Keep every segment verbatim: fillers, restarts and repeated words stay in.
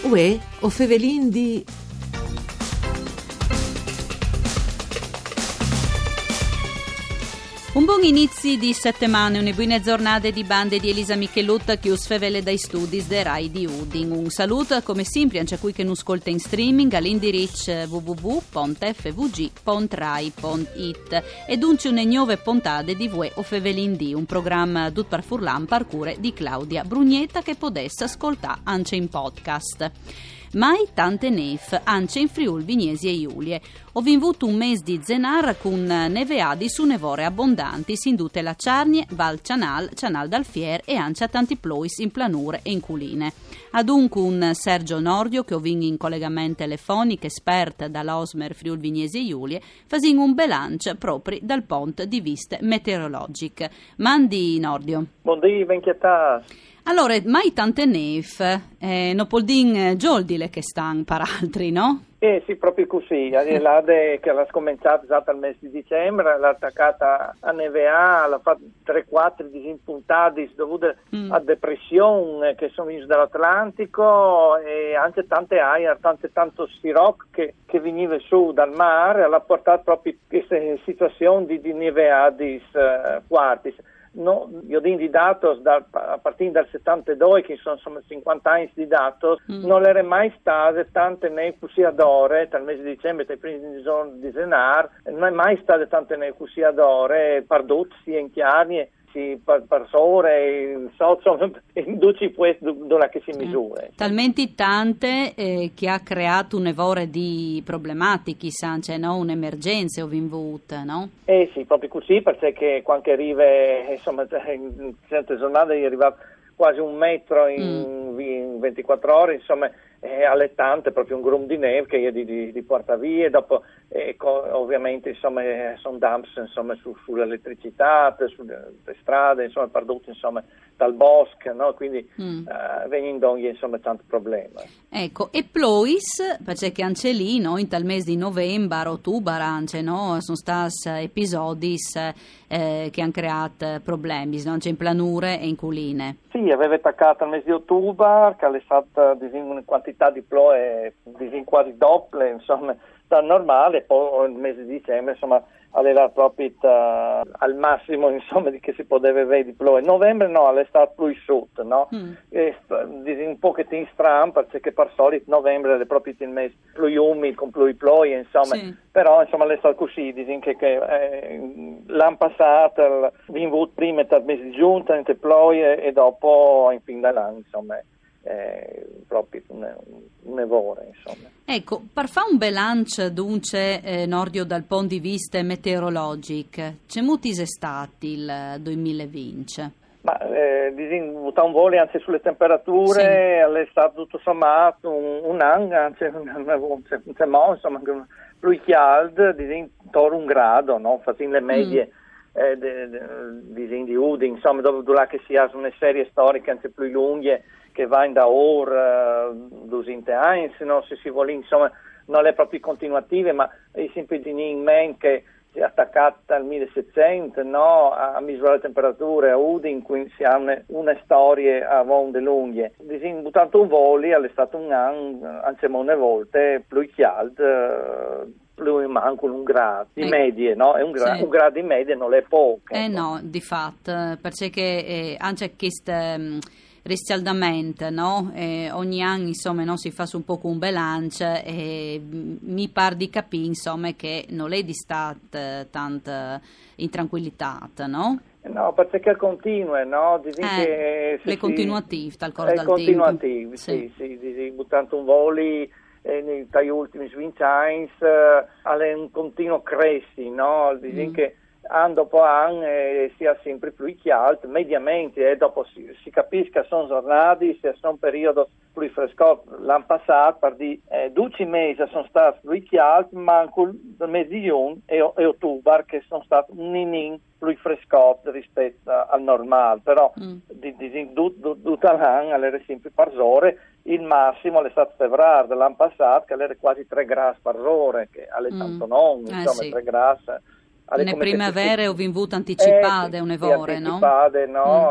Uè, o fevelin di... Un buon inizio di settimana, une buone giornate di bande di Elisa Michelutta che us fevele dai studi de Rai di Udin. Un saluto come sempre anche a cui che non ascolta in streaming all'indirizzo w w w punto f v g punto rai punto i t e dunque une nuove puntate di Vue o Fevelin di, un programma tut par furlan parcure di Claudia Brugnetta che potesse ascoltare anche in podcast. Mai tante nef, anche in Friuli, Vignesi e Giulie. Ho vinvuto un mese di zenar con neveadi su nevore abbondanti in tutte la Ciarnie, Val Cianal, Cianal d'Alfier e anche a tanti plois in planure e in culine. Adunque un Sergio Nordio che ho vinto in collegamento telefonico, esperto dall'Osmer Friuli, Vignesi e Giulie, facendo un bilancio proprio dal punto di vista meteorologico. Mandi Nordio. Buondì, ben chietà. Allora, mai tante nef, eh, non può dire giordile che stanno per altri, no? Eh sì, proprio così, l'Ade che l'ha scominciata già dal mese di dicembre, l'ha attaccata a nevea, l'ha fatto tre quattro disimpuntati dovute mm. a depressione che sono venute dall'Atlantico e anche tante aria, tante tanto sirocco che, che veniva su dal mare, l'ha portato proprio queste situazioni di, di neveadis uh, quartis. No, io di datos da, a partire dal settantadue, che sono insomma cinquanta anni di datos, mm. non era mai state tante neve così adore, dal mese di dicembre, dai primi giorni di Zenar, non è mai state tante neve così adore, pardut, sia in chiari, sì, per, per sore, so, in duci questo dove che si misura. Eh, talmente tante eh, che ha creato un evore di problematiche, cioè, no? Un'emergenza o vinvuta, no? Eh sì, proprio così, perché quando arriva, insomma, in certe giornate è arrivato quasi un metro in, mm. in ventiquattro ore, insomma, è allettante, proprio un grum di neve che io di, di, di porta via, dopo eh, co- ovviamente insomma sono dumps insomma su, sull'elettricità, sulle strade, insomma perduti insomma dal bosco, no? Quindi mm. uh, venendo insomma tanti problemi. Ecco, e plois, perché anche lì, no, in tal mese di novembre, ottobre, anche, no, sono stati episodi eh, che hanno creato problemi, no? Anche in planure e in culine. Sì, aveva attaccato al mese di ottobre, che è stata una quantità di ploe quasi doppia, insomma, dal normale, poi il mese di dicembre, insomma, aveva proprio uh, al massimo, insomma, di che si poteva avere di ploe. Novembre no, è stato più sud, no? Mm. E, un pochettino strano, perché per solito novembre è proprio il mese più umido, con più ploie, insomma, sì. Però, insomma, è stato così, dicono che, che eh, l'anno passato, vinto prima dal mese di giugno, in ploie, e dopo, in fin dell'anno, insomma, Eh, proprio un, un evore, insomma. Ecco, per fare un bilancio dunque eh, Nordio dal punto di vista meteorologico, c'è molti stati il duemilaventi? Ma eh, disegno un volo anche sulle temperature, sì. È stato tutto sommato un, un anno, anzi un, un, un, insomma, più caldo, disegno intorno un grado, no? Facendo le medie mm. eh, de, de, disegno di Udin, insomma, dove, dove che si ha una serie storiche anche più lunghe che va in da ora, duecento anni, se no se si vuole, insomma, non è proprio continuativa, ma è sempre di in mente che si è attaccata al millesettecento, no, a misurare le temperature a Udin, quindi si ha una, una storia a onde lunghe. Disegno tanto un voli, è stato un anno, anzi molte volte, più caldo, più manco un grado di eh, medie, no? È un, gra- sì. un grado di medie non è poco. Eh no, no di fatto, perché eh, anche queste riscaldamento, no? Eh, ogni anno insomma no, si fa un po' un bilancio e mi pare di capire insomma che non è di stato tanta intranquillità, no? No, perché continua, no? Eh, che le si, continuative, tal cosa dal continuative, sì, sì, sì, sì, buttando un voli eh, nei ultimi venti anni eh, è un continuo cresci, no? Dicono mm. che anno dopo anno eh, sia sempre più alto, mediamente, eh, dopo si, si capisce che sono giornate, se sono periodi più freschi. L'anno passato, per di eh, dodici mesi sono stati più alti, ma anche il mese di giugno e, e ottobre che sono stati un ninin più frescotti rispetto al normale, però mm. di, di, tutto l'anno era sempre per ore. Il massimo è stato febbraio dell'anno passato, che era quasi tre gradi per ore, che alle mm. tanto non, insomma, eh, sì. tre gradi Le primavere ho vinto anticipate, eh, un'evore, sì, no? Anticipate, no? Mm.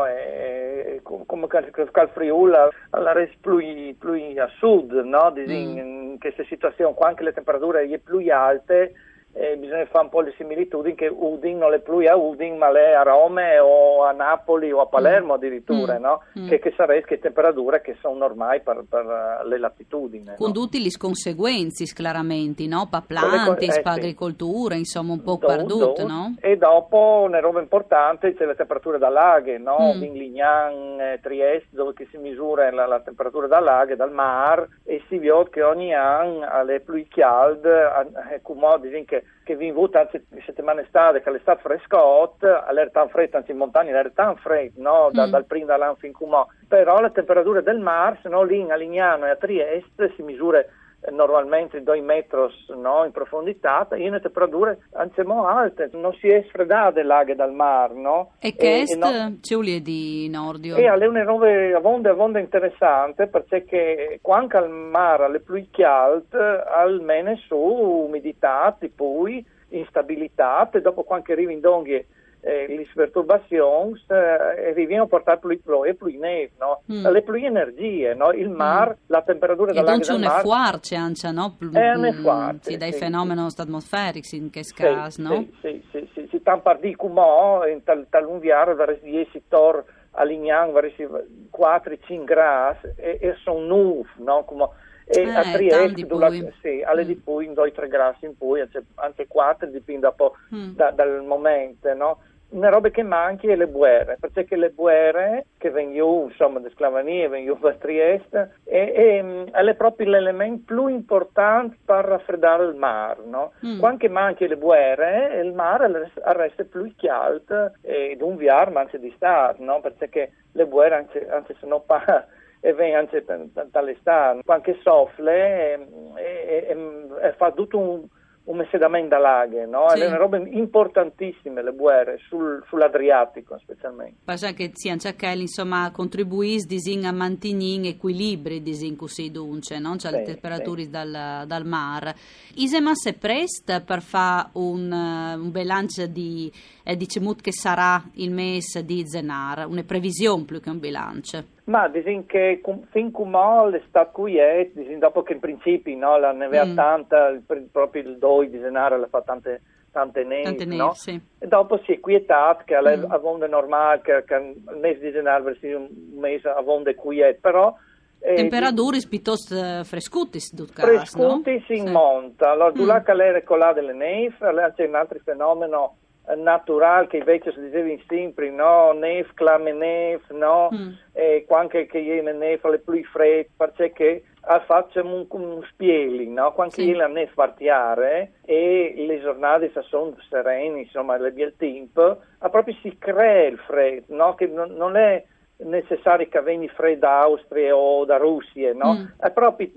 E, come il Friuli alla res più, più a sud, no? Mm. In queste situazioni qua anche le temperature sono più alte, eh, bisogna fare un po' le similitudini che Udine non è più a Udine ma è a Roma o a Napoli o a Palermo mm. addirittura, mm. no? Mm. Che, che sarebbero che temperature che sono normali per, per le latitudini. Con no? tutti gli conseguenze, chiaramente, no? Per planti, eh, per sì. agricoltura, insomma un po' perdute, no? E dopo una roba importante c'è le temperature da laghe, no? Mm. In Lignan, eh, Trieste, dove si misura la, la temperatura da laghe, dal mare, e si vede che ogni anno alle più calde, eh, come che che vi invuta anche settimane estate, che l'estate frescotta, all'era tan fredda, anzi in montagna era tan fredda, no? Da, mm. Dal primo dall'anno fin a però le temperature del mare, se no lì a Lignano e a Trieste si misura eh, normalmente due metri, no? In profondità, e in temperature anzi alte, non si è sfreddate le laghe dal mare, no? E che est no, c'è un di Nordio? E alle une nuove avonde avonde interessante, perché quando al mare alle più calde, almeno su umidità, poi instabilità, e dopo quando arrivi in donghe eh, le perturbazioni eh, arrivano a portare più e più neve, no? Mm. Le più energie, no? Il mare, mm. la temperatura della laghe del mare. E fuarci anche, no? È un fuarci. Sì, dai sì, fenomeni sì. atmosferici in che sì, caso, no? Sì, sì, sì, sì, si tampa di come in tal, talunviare, varesi dieci tor a Lignan, varesi quattro cinque gradi e, e sono nuove, no? Come e eh, a Trieste la, sì, alle mm. di poi in due tre gradi in poi anche, anche quattro dipende un po' mm. da, dal momento, no? Una roba che manchi è le buere, perché le buere che vengono insomma da Sclavania, vengono da Trieste e, e è proprio l'elemento più importante per raffreddare il mare, no? Mm. Quando manchi le buere il mare resta più caldo e d'un viar ma anche di star, no? Perché le buere anche, anche se non pa e viene anche dall'estate, quando soffle e, e, e, e fa tutto un un messedamento da laghe, no? Sì. È una roba importantissime le guerre sul, sull'Adriatico specialmente. Penso che sia anche che insomma contribuiscono a mantenere equilibri in così dunque, no? Cioè sì, le temperature sì. dal, dal mare. Isema se presta per fare un, un bilancio di eh, diciamo che sarà il mese di Zenar, una previsione più che un bilancio. Ma dicono che fin come l'estate qui è, dopo che in principio no, la neve mm. tanta, proprio il due di Zenara la fa tante, tante neve, tante neve no? Sì. E dopo si è quietato che mm. a vonde normale, che, che il mese di Zenara sia un mese a vonde quiet, però Eh, temperature piuttosto frescuti, frescuti no? si sì. monta. Allora, mm. là che l'era colà delle neve, c'è un altro fenomeno naturale che invece si diceva sempre, no? Neve, clame neve, no? Mm. E quando che è la neve le più fredde, perché facciamo un, un spieling, no? Quando sì. la neve partiare e le giornate sono serene, insomma, le bel tempo, proprio si crea il freddo, no? Che non, non è necessario che venga freddo da Austria o da Russia, no? Mm. È proprio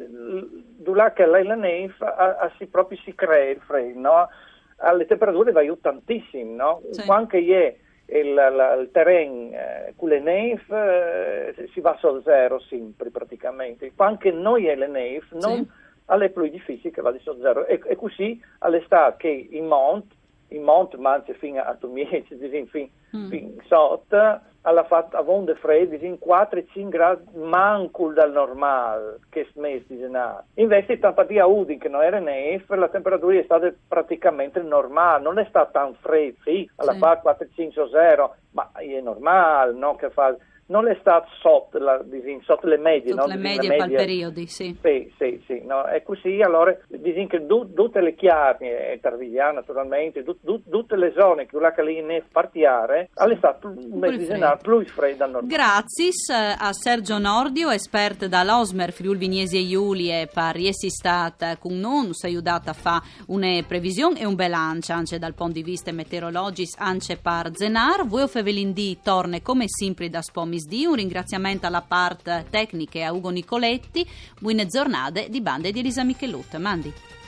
là che la neve si proprio si crea il freddo, no? Alle temperature va tantissimo, no? Sì. Quando è il, la, il terreno eh, con le neve eh, si va sul zero sempre praticamente. Quando noi è le neve non sì. alle più difficili che va di sul zero e, e così all'estate che in monte in monte ma anche fino a Tomieci fin, mm. fin sotto alla fatta a vonde fredde in quattro cinque gradi manco dal normale che smesso di genare. Invece tanto a Udine che non era neve la temperatura è stata praticamente normale, non è stata tan fredda, sì, alla sì. fatta quattro cinque zero ma è normale, no? Che fa non è stato sotto, la, sotto le medie, sotto no? le medie per il periodo, sì. Sì, sì, sì, no? E così allora dicono che du, tutte le chiare, e Tarvigliano naturalmente, du, du, tutte le zone che la ne partiare, è stato un mese più freddo al nord. Grazie a Sergio Nordio, esperto dall'Osmer Friuli Vignesi e Giulie, per essere stata con noi, ci ha aiutato a fare una previsione e un bilancio anche dal punto di vista meteorologico, anche per Zenar. Voi Fevelindì torna come sempre da Spomis di un ringraziamento alla parte tecnica e a Ugo Nicoletti. Buone giornate di bande di Elisa Michelutta. Mandi.